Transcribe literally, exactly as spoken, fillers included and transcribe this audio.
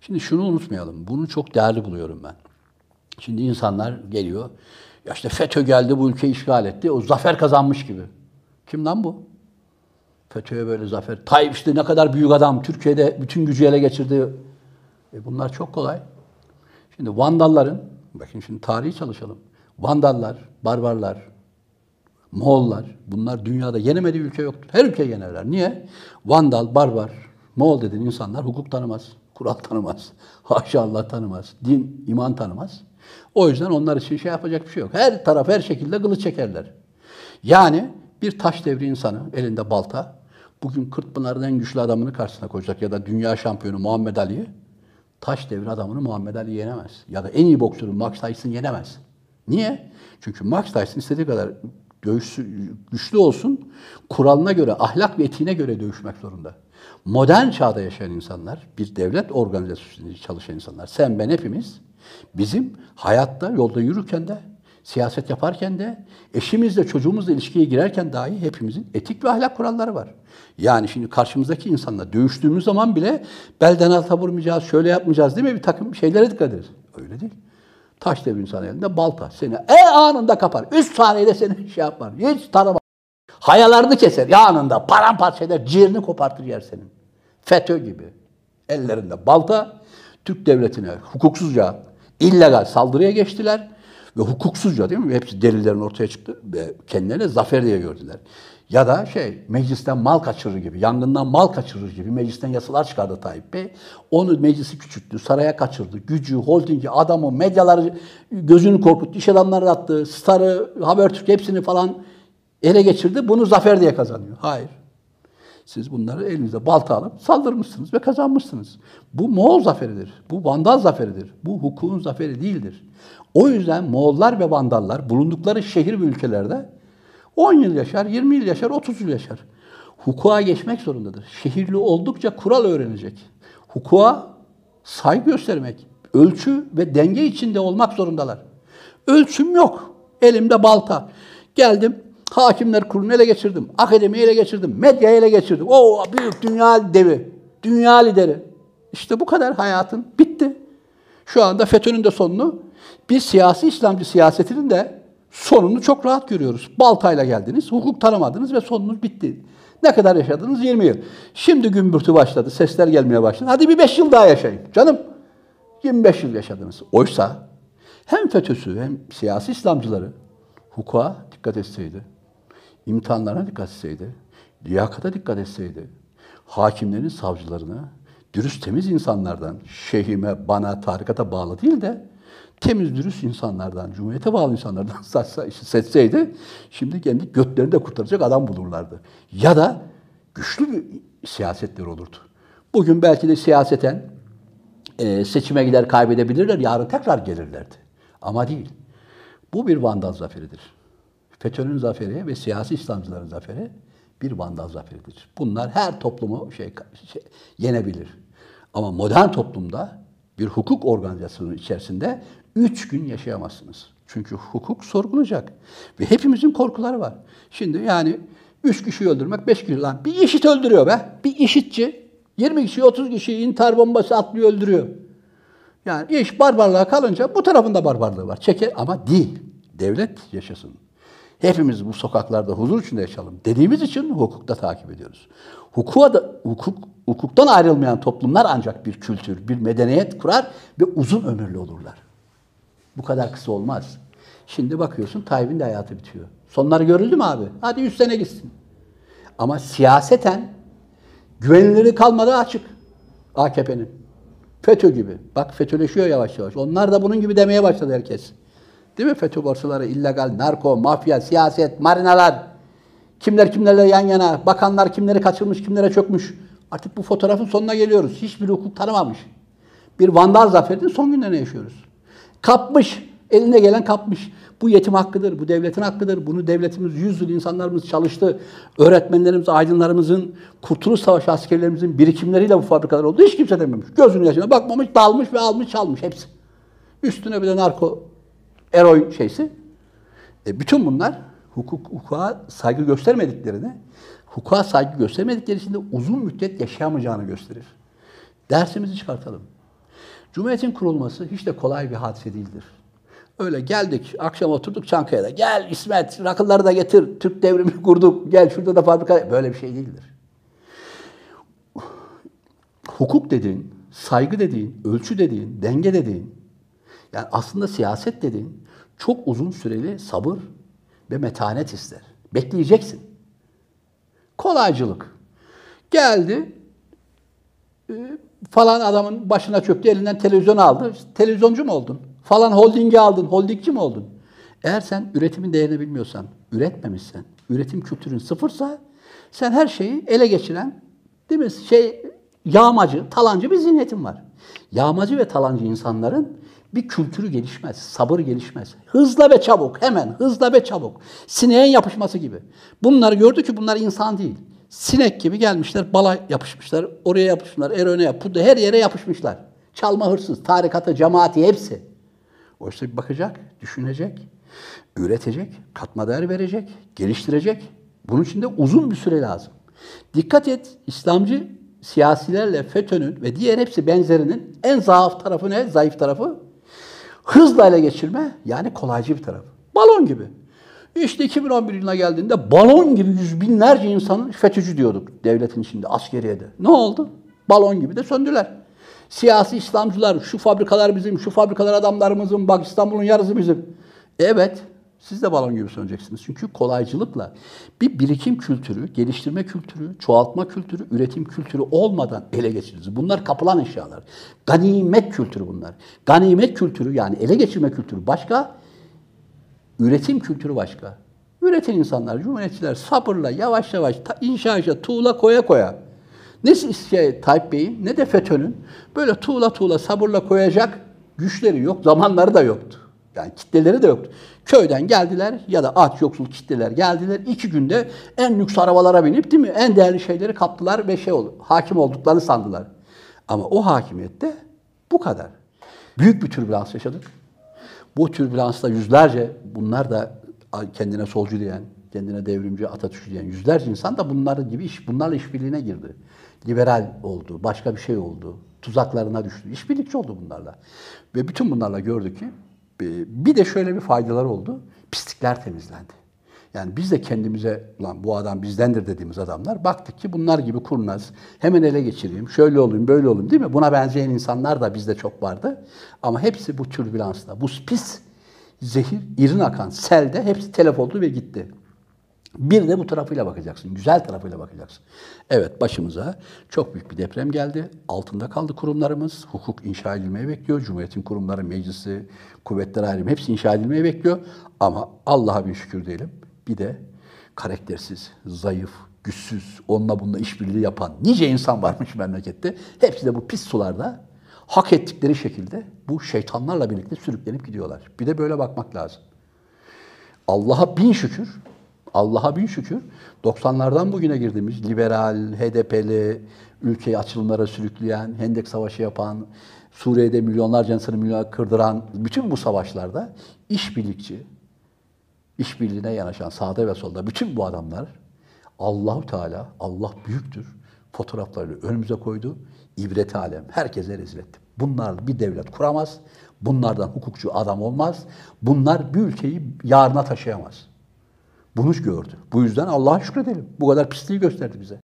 Şimdi şunu unutmayalım. Bunu çok değerli buluyorum ben. Şimdi insanlar geliyor. Ya işte FETÖ geldi bu ülkeyi işgal etti. O zafer kazanmış gibi. Kim lan bu? FETÖ'ye böyle zafer. Tayyip işte ne kadar büyük adam. Türkiye'de bütün gücü ele geçirdi. E bunlar çok kolay. Şimdi Vandalların, bakın şimdi tarihi çalışalım. Vandallar, barbarlar, Moğollar, bunlar dünyada yenemediği ülke yoktur. Her ülkeyi yenerler. Niye? Vandal, barbar, Moğol dediğin insanlar hukuk tanımaz, kural tanımaz, haşa Allah tanımaz, din, iman tanımaz. O yüzden onlar için şey yapacak bir şey yok. Her taraf her şekilde kılıç çekerler. Yani bir taş devri insanı, elinde balta, bugün Kırkpınar'ın en güçlü adamını karşısına koyacak ya da dünya şampiyonu Muhammed Ali'yi, taş devri adamını Muhammed Ali yenemez. Ya da en iyi boksörü Max Tyson yenemez. Niye? Çünkü Max Tyson istediği kadar dövüş güçlü olsun, kuralına göre, ahlak ve etiğine göre dövüşmek zorunda. Modern çağda yaşayan insanlar, bir devlet organizasyonunda çalışan insanlar, sen ben hepimiz, bizim hayatta, yolda yürürken de, siyaset yaparken de, eşimizle, çocuğumuzla ilişkiye girerken dahi hepimizin etik ve ahlak kuralları var. Yani şimdi karşımızdaki insanla dövüştüğümüz zaman bile belden alta vurmayacağız, şöyle yapmayacağız değil mi? Bir takım şeylere dikkat ederiz. Öyle değil. Taş devri insan elinde balta. Seni e anında kapar. Üç saniyede seni şey yapar. Hiç tanımaz. Hayalarını keser. Ya anında paramparça eder. Ciğerini kopartır yer senin. FETÖ gibi. Ellerinde balta. Türk devletine hukuksuzca, illegal saldırıya geçtiler. Ve hukuksuzca değil mi? Hepsi delillerin ortaya çıktı. Ve kendilerine zafer diye gördüler. Ya da şey, meclisten mal kaçırır gibi, yangından mal kaçırır gibi meclisten yasalar çıkardı Tayyip Bey. Onu meclisi küçülttü, saraya kaçırdı. Gücü, holdingi, adamı, medyaları gözünü korkuttu, iş adamlarını attı, Star'ı, Habertürk hepsini falan ele geçirdi. Bunu zafer diye kazanıyor. Hayır. Siz bunları elinizde balta alıp saldırmışsınız ve kazanmışsınız. Bu Moğol zaferidir. Bu Vandal zaferidir. Bu hukukun zaferi değildir. O yüzden Moğollar ve Vandallar bulundukları şehir ve ülkelerde on yıl yaşar, yirmi yıl yaşar, otuz yıl yaşar. Hukuka geçmek zorundadır. Şehirli oldukça kural öğrenecek. Hukuka saygı göstermek, ölçü ve denge içinde olmak zorundalar. Ölçüm yok. Elimde balta. Geldim, Hakimler Kurulu'nu ele geçirdim, akademiyi ele geçirdim, medyayı ele geçirdim. O büyük dünya devi, dünya lideri. İşte bu kadar hayatın bitti. Şu anda FETÖ'nün de sonunu, biz siyasi İslamcı siyasetinin de sonunu çok rahat görüyoruz. Baltayla geldiniz, hukuk tanımadınız ve sonunuz bitti. Ne kadar yaşadınız? yirmi yıl. Şimdi gümbürtü başladı, sesler gelmeye başladı. Hadi bir beş yıl daha yaşayın. Canım, yirmi beş yıl yaşadınız. Oysa hem FETÖ'sü hem siyasi İslamcıları hukuka dikkat etseydi, imtihanlarına dikkat etseydi, liyakata dikkat etseydi, hakimlerin, savcılarına, dürüst temiz insanlardan, şeyhime, bana, tarikata bağlı değil de temiz, dürüst insanlardan, cumhuriyete bağlı insanlardan seçseydi, şimdi kendi götlerini de kurtaracak adam bulurlardı. Ya da güçlü bir siyasetleri olurdu. Bugün belki de siyaseten e, seçime gider kaybedebilirler, yarın tekrar gelirlerdi. Ama değil. Bu bir Vandal zaferidir. FETÖ'nün zaferi ve siyasi İslamcıların zaferi bir Vandal zaferidir. Bunlar her toplumu şey, şey, yenebilir. Ama modern toplumda bir hukuk organizasyonu içerisinde üç gün yaşayamazsınız. Çünkü hukuk sorgulayacak. Ve hepimizin korkuları var. Şimdi yani üç kişiyi öldürmek, beş kişi lan. Bir IŞİD öldürüyor be. Bir IŞİD'ci yirmi kişi, otuz kişiyi intihar bombası atlıyor, öldürüyor. Yani iş barbarlığa kalınca bu tarafında barbarlığı var. Çeker ama değil. Devlet yaşasın. Hepimiz bu sokaklarda huzur içinde yaşayalım dediğimiz için hukukta takip ediyoruz. Hukuka da, hukuk, hukuktan ayrılmayan toplumlar ancak bir kültür, bir medeniyet kurar ve uzun ömürlü olurlar. Bu kadar kısa olmaz. Şimdi bakıyorsun Tayyip'in de hayatı bitiyor. Sonları görüldü mü abi? Hadi yüz sene gitsin. Ama siyaseten güvenilirliği kalmadığı açık A K P'nin. FETÖ gibi. Bak FETÖ'leşiyor yavaş yavaş. Onlar da bunun gibi demeye başladı herkes. Değil mi? FETÖ borsaları, illegal, narko, mafya, siyaset, marinalar. Kimler kimlerle yan yana, bakanlar kimleri kaçırmış, kimlere çökmüş. Artık bu fotoğrafın sonuna geliyoruz. Hiçbir hukuk tanımamış. Bir Vandal zaferinin son günlerini yaşıyoruz. Kapmış, eline gelen kapmış. Bu yetim hakkıdır, bu devletin hakkıdır. Bunu devletimiz, yüz yıl insanlarımız çalıştı. Öğretmenlerimiz, aydınlarımızın, Kurtuluş Savaşı askerlerimizin birikimleriyle bu fabrikalar oldu. Hiç kimse dememiş. Gözünün yaşına bakmamış, dalmış ve almış, çalmış hepsi. Üstüne bir de narko, eroin şeysi. E bütün bunlar hukuk, hukuka saygı göstermediklerini, hukuka saygı göstermedikleri için de uzun müddet yaşayamayacağını gösterir. Dersimizi çıkartalım. Cumhuriyetin kurulması hiç de kolay bir hadise değildir. Öyle geldik, akşam oturduk Çankaya'da. Gel İsmet, rakıları da getir, Türk devrimi kurduk, gel şurada da fabrika... Böyle bir şey değildir. Hukuk dediğin, saygı dediğin, ölçü dediğin, denge dediğin, yani aslında siyaset dediğin çok uzun süreli sabır ve metanet ister. Bekleyeceksin. Kolaycılık. Geldi, falan adamın başına çöktü, elinden televizyon aldı. Televizyoncu mu oldun? Falan holdingi aldın, holdingçi mi oldun? Eğer sen üretimin değerini bilmiyorsan, üretmemişsen, üretim kültürün sıfırsa, sen her şeyi ele geçiren, değil mi? Şey, yağmacı, talancı bir zihniyetin var. Yağmacı ve talancı insanların bir kültürü gelişmez, sabır gelişmez. Hızla ve çabuk, hemen hızla ve çabuk. Sineğin yapışması gibi. Bunları gördü ki bunlar insan değil. Sinek gibi gelmişler, bala yapışmışlar, oraya yapışmışlar, eröne yap, her yere yapışmışlar. Çalma hırsız, tarikata, cemaati hepsi. Oysa bir bakacak, düşünecek, üretecek, katma değer verecek, geliştirecek. Bunun için de uzun bir süre lazım. Dikkat et, İslamcı siyasilerle FETÖ'nün ve diğer hepsi benzerinin en zaaf tarafı ne? Zayıf tarafı? Hızla ele geçirme, yani kolaycı bir tarafı. Balon gibi. İşte iki bin on bir yılına geldiğinde balon gibi yüz binlerce insanın FETÖ'cü diyorduk devletin içinde, askeriyede. Ne oldu? Balon gibi de söndüler. Siyasi İslamcılar, şu fabrikalar bizim, şu fabrikalar adamlarımızın, bak İstanbul'un yarısı bizim. Evet, siz de balon gibi söneceksiniz. Çünkü kolaycılıkla bir birikim kültürü, geliştirme kültürü, çoğaltma kültürü, üretim kültürü olmadan ele geçiririz. Bunlar kapılan eşyalar. Ganimet kültürü bunlar. Ganimet kültürü yani ele geçirme kültürü başka, üretim kültürü başka. Üreten insanlar, cumhuriyetçiler sabırla, yavaş yavaş, inşa inşa, tuğla koya koya. Ne şey, Tayyip Bey'in ne de FETÖ'nün böyle tuğla tuğla sabırla koyacak güçleri yok, zamanları da yoktu. Yani kitleleri de yoktu. Köyden geldiler ya da aç yoksul kitleler geldiler. İki günde en lüks arabalara binip değil mi? En değerli şeyleri kaptılar ve şey oldu, hakim olduklarını sandılar. Ama o hakimiyette bu kadar. Büyük bir türbülans yaşadık. Bu türbülansta yüzlerce, bunlar da kendine solcu diyen, kendine devrimci, Atatürkçü diyen yüzlerce insan da bunlar gibi iş, bunlarla işbirliğine girdi. Liberal oldu, başka bir şey oldu, tuzaklarına düştü. İşbirlikçi oldu bunlarla. Ve bütün bunlarla gördük ki bir de şöyle bir faydaları oldu. Pislikler temizlendi. Yani biz de kendimize, lan bu adam bizdendir dediğimiz adamlar, baktık ki bunlar gibi kurnaz, hemen ele geçireyim, şöyle olayım, böyle olayım değil mi? Buna benzeyen insanlar da bizde çok vardı. Ama hepsi bu türbülansta, bu pis zehir, irin akan selde hepsi telef oldu ve gitti. Bir de bu tarafıyla bakacaksın, güzel tarafıyla bakacaksın. Evet, başımıza çok büyük bir deprem geldi. Altında kaldı kurumlarımız. Hukuk inşa edilmeyi bekliyor. Cumhuriyetin kurumları, meclisi, kuvvetler ayrımı hepsi inşa edilmeyi bekliyor. Ama Allah'a bir şükür diyelim. Bir de karaktersiz, zayıf, güçsüz, onunla bununla işbirliği yapan nice insan varmış memlekette. Hepsi de bu pis sularda hak ettikleri şekilde bu şeytanlarla birlikte sürüklenip gidiyorlar. Bir de böyle bakmak lazım. Allah'a bin şükür, Allah'a bin şükür doksanlardan bugüne girdiğimiz liberal, H D P'li, ülkeyi açılımlara sürükleyen, Hendek Savaşı yapan, Suriye'de milyonlarca insanı milyona kırdıran bütün bu savaşlarda işbirlikçi, işbirliğine yanaşan sağda ve solda bütün bu adamlar Allahu Teala, Allah büyüktür fotoğraflarını önümüze koydu. İbret alem, herkese rezil etti. Bunlar bir devlet kuramaz. Bunlardan hukukçu adam olmaz. Bunlar bir ülkeyi yarına taşıyamaz. Bunu gördü. Bu yüzden Allah'a şükredelim. Bu kadar pisliği gösterdi bize.